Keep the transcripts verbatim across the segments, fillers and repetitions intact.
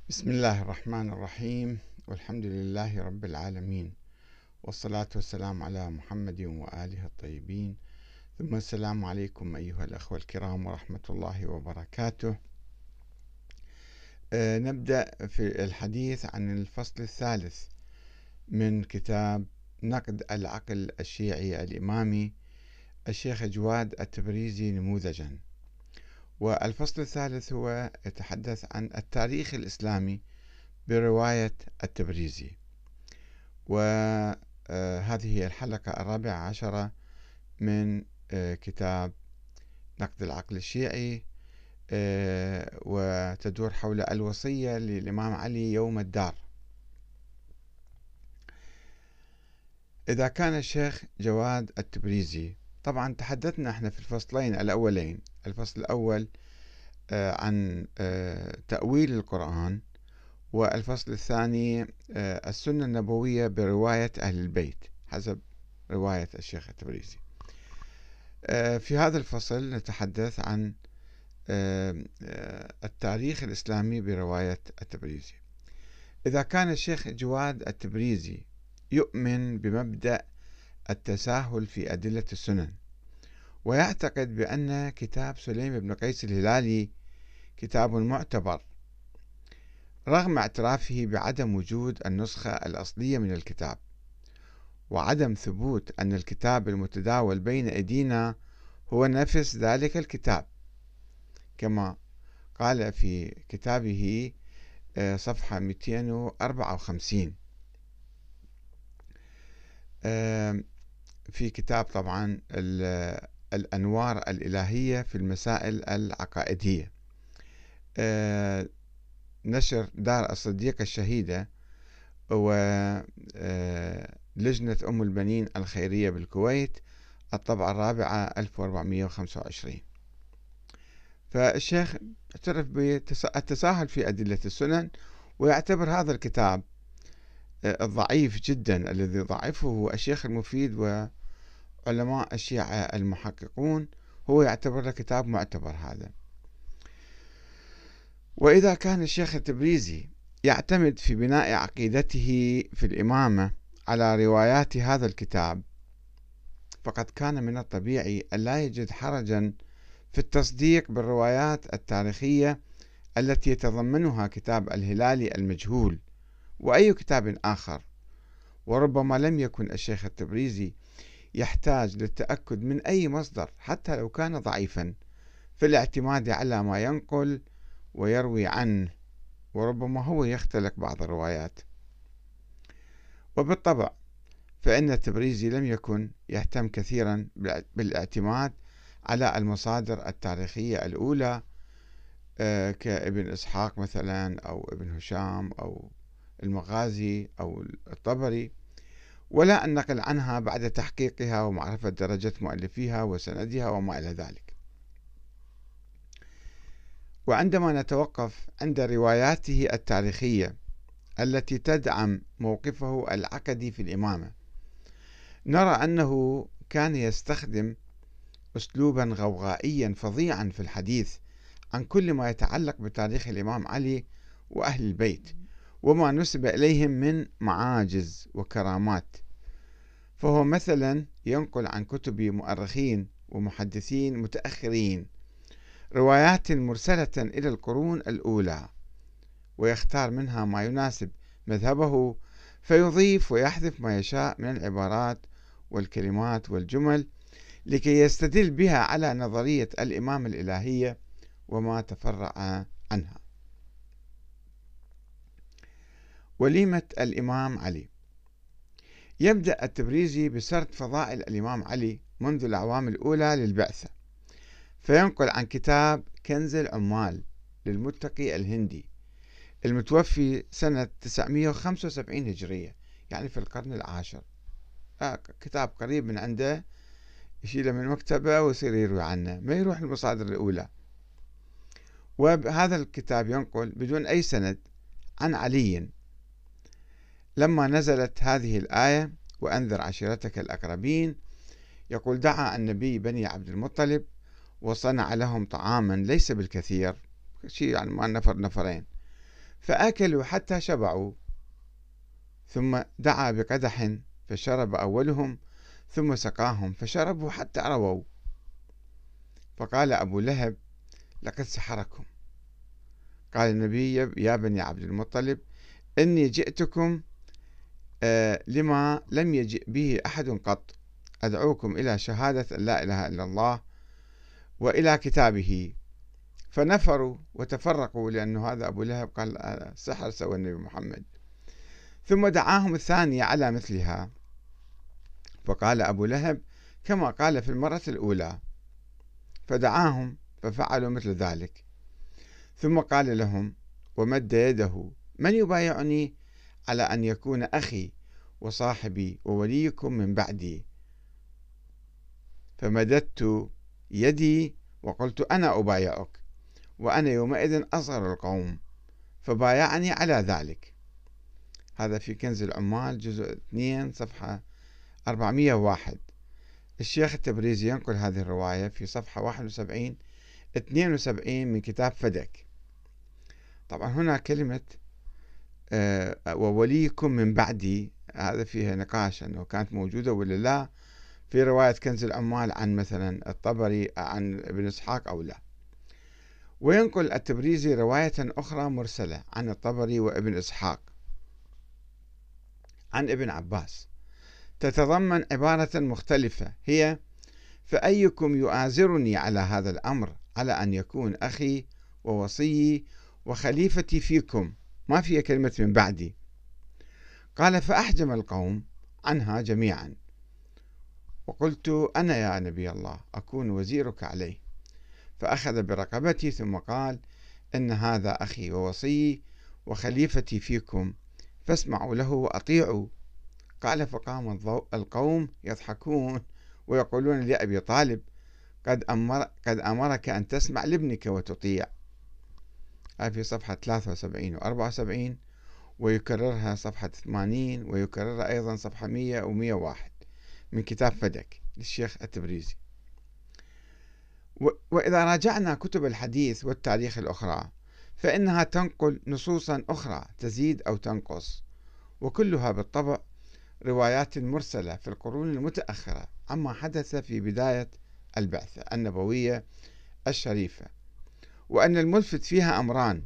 بسم الله الرحمن الرحيم، والحمد لله رب العالمين، والصلاة والسلام على محمد وآله الطيبين، ثم السلام عليكم أيها الأخوة الكرام ورحمة الله وبركاته. أه نبدأ في الحديث عن الفصل الثالث من كتاب نقد العقل الشيعي الإمامي الشيخ جواد التبريزي نموذجا. والفصل الثالث هو يتحدث عن التاريخ الإسلامي برواية التبريزي، وهذه هي الحلقة الرابعة عشرة من كتاب نقد العقل الشيعي، وتدور حول الوصية للإمام علي يوم الدار. إذا كان الشيخ جواد التبريزي، طبعا تحدثنا احنا في الفصلين الأولين، الفصل الأول عن تأويل القرآن، والفصل الثاني السنة النبوية برواية أهل البيت حسب رواية الشيخ التبريزي. في هذا الفصل نتحدث عن التاريخ الإسلامي برواية التبريزي. إذا كان الشيخ جواد التبريزي يؤمن بمبدأ التساهل في أدلة السنن، ويعتقد بأن كتاب سليم بن قيس الهلالي كتاب معتبر رغم اعترافه بعدم وجود النسخة الأصلية من الكتاب، وعدم ثبوت أن الكتاب المتداول بين أيدينا هو نفس ذلك الكتاب، كما قال في كتابه صفحة مئتين وأربعة وخمسين في كتاب طبعا الأنوار الإلهية في المسائل العقائدية، نشر دار الصديقة الشهيدة ولجنة أم البنين الخيرية بالكويت، الطبعة الرابعة ألف وأربعمئة وخمسة وعشرين. فالشيخ اعترف بالتساهل في أدلة السنن، ويعتبر هذا الكتاب الضعيف جدا الذي ضعفه الشيخ المفيد وعلماء الشيعة المحققون، هو يعتبر له كتاب معتبر هذا. وإذا كان الشيخ التبريزي يعتمد في بناء عقيدته في الإمامة على روايات هذا الكتاب، فقد كان من الطبيعي أن لا يجد حرجا في التصديق بالروايات التاريخية التي يتضمنها كتاب الهلالي المجهول وأي كتاب آخر. وربما لم يكن الشيخ التبريزي يحتاج للتأكد من أي مصدر حتى لو كان ضعيفا في الاعتماد على ما ينقل ويروي عنه، وربما هو يختلق بعض الروايات. وبالطبع فإن التبريزي لم يكن يهتم كثيرا بالاعتماد على المصادر التاريخية الأولى كابن إسحاق مثلا أو ابن هشام أو المغازي أو الطبري، ولا النقل عنها بعد تحقيقها ومعرفة درجة مؤلفيها وسندها وما إلى ذلك. وعندما نتوقف عند رواياته التاريخية التي تدعم موقفه العقدي في الإمامة، نرى أنه كان يستخدم أسلوبا غوغائيا فظيعا في الحديث عن كل ما يتعلق بتاريخ الإمام علي وأهل البيت وما نسب إليهم من معاجز وكرامات. فهو مثلا ينقل عن كتب مؤرخين ومحدثين متأخرين روايات مرسلة إلى القرون الأولى، ويختار منها ما يناسب مذهبه، فيضيف ويحذف ما يشاء من العبارات والكلمات والجمل لكي يستدل بها على نظرية الإمامة الإلهية وما تفرع عنها. وليمة الإمام علي. يبدأ التبريزي بسرد فضائل الإمام علي منذ الأعوام الأولى للبعثة، فينقل عن كتاب كنز العمال للمتقي الهندي المتوفي سنة تسعمئة وخمسة وسبعين هجرية، يعني في القرن العاشر. آه كتاب قريب من عنده، يشيله من مكتبه ويصير يروي عنه، ما يروح المصادر الأولى. وهذا الكتاب ينقل بدون أي سند عن علي لما نزلت هذه الآية: وأنذر عشيرتك الأقربين. يقول: دعا النبي بني عبد المطلب وصنع لهم طعاما ليس بالكثير، شيء يعني ما نفر نفرين، فأكلوا حتى شبعوا، ثم دعا بقدح فشرب أولهم، ثم سقاهم فشربوا حتى رووا. فقال أبو لهب: لقد سحركم. قال النبي: يا بني عبد المطلب، إني جئتكم لما لم يجئ به أحد قط، أدعوكم إلى شهادة أن لا إله إلا الله وإلى كتابه. فنفروا وتفرقوا، لأن هذا أبو لهب قال سحر سوى النبي محمد. ثم دعاهم الثانية على مثلها، فقال أبو لهب كما قال في المرة الأولى، فدعاهم ففعلوا مثل ذلك. ثم قال لهم ومد يده: من يبايعني على أن يكون أخي وصاحبي ووليكم من بعدي؟ فمددت يدي وقلت: أنا أبايعك، وأنا يومئذ أصغر القوم، فبايعني على ذلك. هذا في كنز العمال جزء اثنين صفحة أربعمئة وواحد. الشيخ التبريزي ينقل هذه الرواية في صفحة واحد وسبعين اثنين وسبعين من كتاب فدك. طبعا هنا كلمة أه ووليكم من بعدي، هذا فيها نقاش أنه كانت موجودة ولا لا في رواية كنز العمال عن مثلا الطبري عن ابن إسحاق أو لا. وينقل التبريزي رواية أخرى مرسلة عن الطبري وابن إسحاق عن ابن عباس تتضمن عبارة مختلفة، هي: فأيكم يؤازرني على هذا الأمر على أن يكون أخي ووصيي وخليفتي فيكم، ما فيها كلمة من بعدي. قال: فأحجم القوم عنها جميعا، وقلت: أنا يا نبي الله أكون وزيرك عليه. فأخذ برقبتي ثم قال: إن هذا أخي ووصيي وخليفتي فيكم، فاسمعوا له وأطيعوا. قال: فقام القوم يضحكون ويقولون لأبي طالب: قد أمر قد أمرك أن تسمع لابنك وتطيع. هذه في صفحة ثلاثة وسبعين و أربعة وسبعين، ويكررها صفحة ثمانين، ويكررها أيضا صفحة مئة و مئة وواحد من كتاب فدك للشيخ التبريزي. وإذا راجعنا كتب الحديث والتاريخ الأخرى فإنها تنقل نصوصا أخرى تزيد أو تنقص، وكلها بالطبع روايات مرسلة في القرون المتأخرة عما حدث في بداية البعثة النبوية الشريفة، وأن الملفت فيها أمران: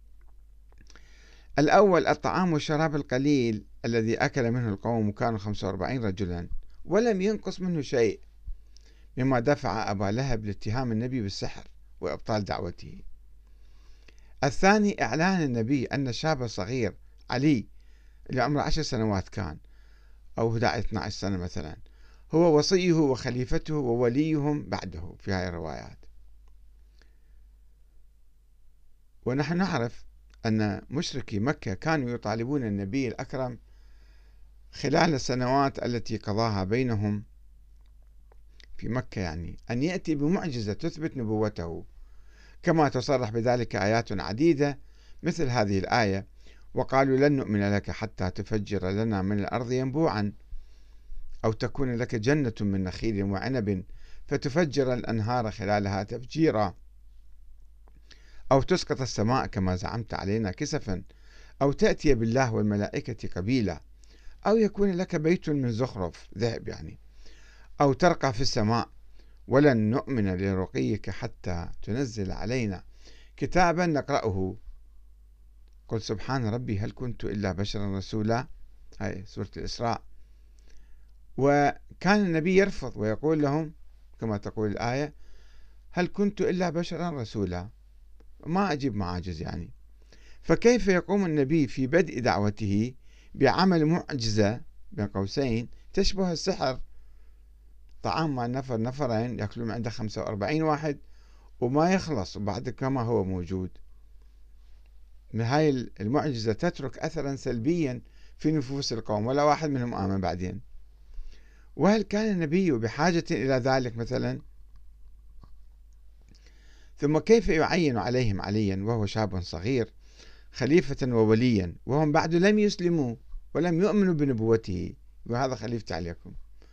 الأول الطعام والشراب القليل الذي أكل منه القوم، كانوا خمسة وأربعين رجلا، ولم ينقص منه شيء، مما دفع أبا لهب لاتهام النبي بالسحر وإبطال دعوته. الثاني إعلان النبي أن الشاب الصغير علي اللي عمره عشر سنوات كان أو احدى عشرة اثنتي عشرة سنة مثلا هو وصيه وخليفته ووليهم بعده في هذه الروايات. ونحن نعرف أن مشركي مكة كانوا يطالبون النبي الأكرم خلال السنوات التي قضاها بينهم في مكة يعني أن يأتي بمعجزة تثبت نبوته، كما تصرح بذلك آيات عديدة مثل هذه الآية: وقالوا لن نؤمن لك حتى تفجر لنا من الأرض ينبوعا، أو تكون لك جنة من نخيل وعنب فتفجر الأنهار خلالها تفجيرا، أو تسقط السماء كما زعمت علينا كسفا، أو تأتي بالله والملائكة قبيلا، أو يكون لك بيت من زخرف ذهب يعني، أو ترقى في السماء، ولن نؤمن لرقيك حتى تنزل علينا كتابا نقرأه. قل سبحان ربي هل كنت إلا بشرا رسولا، هاي سورة الإسراء. وكان النبي يرفض ويقول لهم كما تقول الآية: هل كنت إلا بشرا رسولا، ما أجيب معاجز يعني. فكيف يقوم النبي في بدء دعوته بعمل معجزة بين قوسين تشبه السحر؟ طعام مع نفر نفرين يأكلون عنده خمسة وأربعين واحد وما يخلص، وبعد كما هو موجود. هاي المعجزة تترك أثرا سلبيا في نفوس القوم، ولا واحد منهم آمن بعدين. وهل كان النبي بحاجة إلى ذلك مثلا؟ ثم كيف يعين عليهم عليا وهو شاب صغير خليفة ووليا وهم بعد لم يسلموا ولم يؤمنوا بنبوته، وهذا خليفتي عليكم؟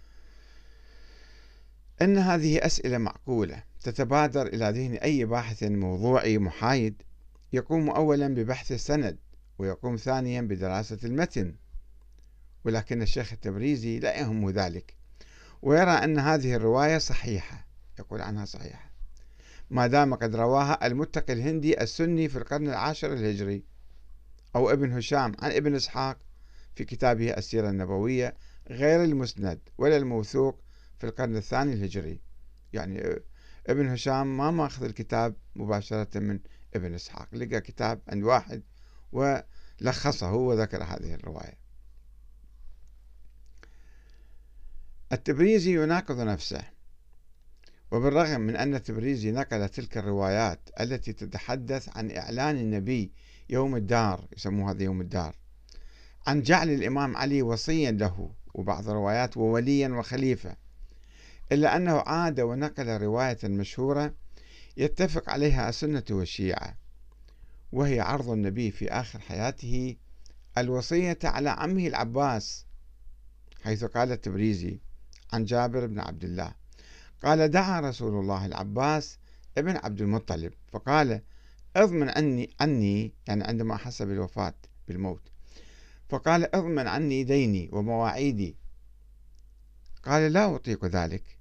إن هذه أسئلة معقولة تتبادر إلى ذهن أي باحث موضوعي محايد يقوم أولا ببحث السند، ويقوم ثانيا بدراسة المتن، ولكن الشيخ التبريزي لا يهمه ذلك، ويرى أن هذه الرواية صحيحة، يقول عنها صحيحة ما دام قد رواها المتقي الهندي السني في القرن العاشر الهجري، أو ابن هشام عن ابن إسحاق في كتابه السيرة النبوية غير المسند ولا الموثوق في القرن الثاني الهجري. يعني ابن هشام ما ماخذ الكتاب مباشرة من ابن إسحاق، لقى كتاب عند واحد ولخصه وذكر هذه الرواية. التبريزي يناقض نفسه، وبالرغم من أن التبريزي نقل تلك الروايات التي تتحدث عن إعلان النبي يوم الدار، يسموه هذا يوم الدار، عن جعل الإمام علي وصيا له، وبعض الروايات ووليا وخليفة، إلا أنه عاد ونقل رواية مشهورة يتفق عليها السنة والشيعة، وهي عرض النبي في آخر حياته الوصية على عمه العباس، حيث قال التبريزي عن جابر بن عبد الله قال: دعا رسول الله العباس ابن عبد المطلب فقال: اضمن عني عني يعني عندما أحس بالوفاة بالموت، فقال: اضمن عني ديني ومواعيدي. قال: لا أطيق ذلك.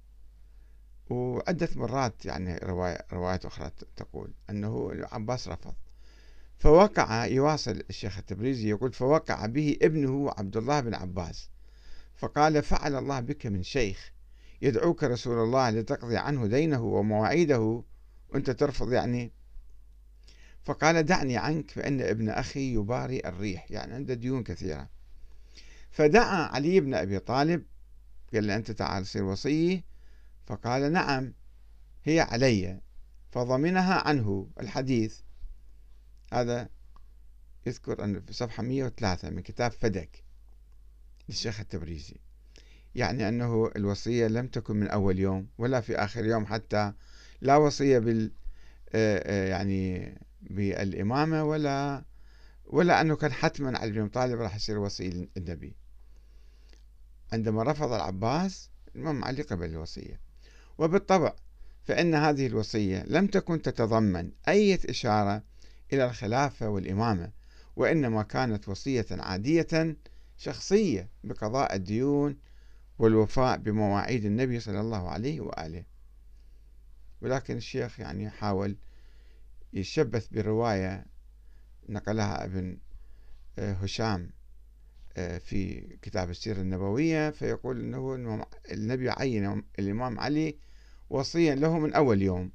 وعدة مرات يعني رواية روايات أخرى تقول أنه العباس رفض، فوقع، يواصل الشيخ التبريزي يقول: فوقع به ابنه عبد الله بن عباس فقال: فعل الله بك من شيخ يدعوك رسول الله لتقضي عنه دينه ومواعيده وأنت ترفض يعني. فقال: دعني عنك فإن ابن أخي يباري الريح، يعني عنده ديون كثيرة. فدعا علي بن أبي طالب قال له: أنت تعال صير وصي. فقال: نعم هي علي، فضمنها عنه. الحديث هذا يذكر أنه في صفحة مئة وثلاثة من كتاب فدك للشيخ التبريزي، يعني أنه الوصية لم تكن من أول يوم ولا في آخر يوم، حتى لا وصية بال يعني بالإمامة ولا ولا أنه كان حتما علي بن أبي طالب راح يصير وصي النبي. عندما رفض العباس الإمام علي قبل الوصية، وبالطبع فإن هذه الوصية لم تكن تتضمن أي إشارة إلى الخلافة والإمامة، وإنما كانت وصية عادية شخصية بقضاء الديون والوفاء بمواعيد النبي صلى الله عليه وآله. ولكن الشيخ يعني حاول يشبث برواية نقلها ابن هشام في كتاب السيرة النبوية، فيقول أنه النبي عين الإمام علي وصيا له من أول يوم.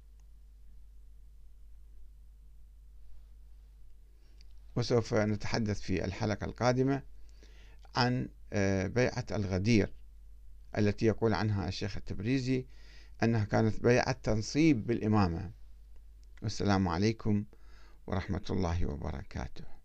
وسوف نتحدث في الحلقة القادمة عن بيعة الغدير التي يقول عنها الشيخ التبريزي أنها كانت بيعة تنصيب بالإمامة. والسلام عليكم ورحمة الله وبركاته.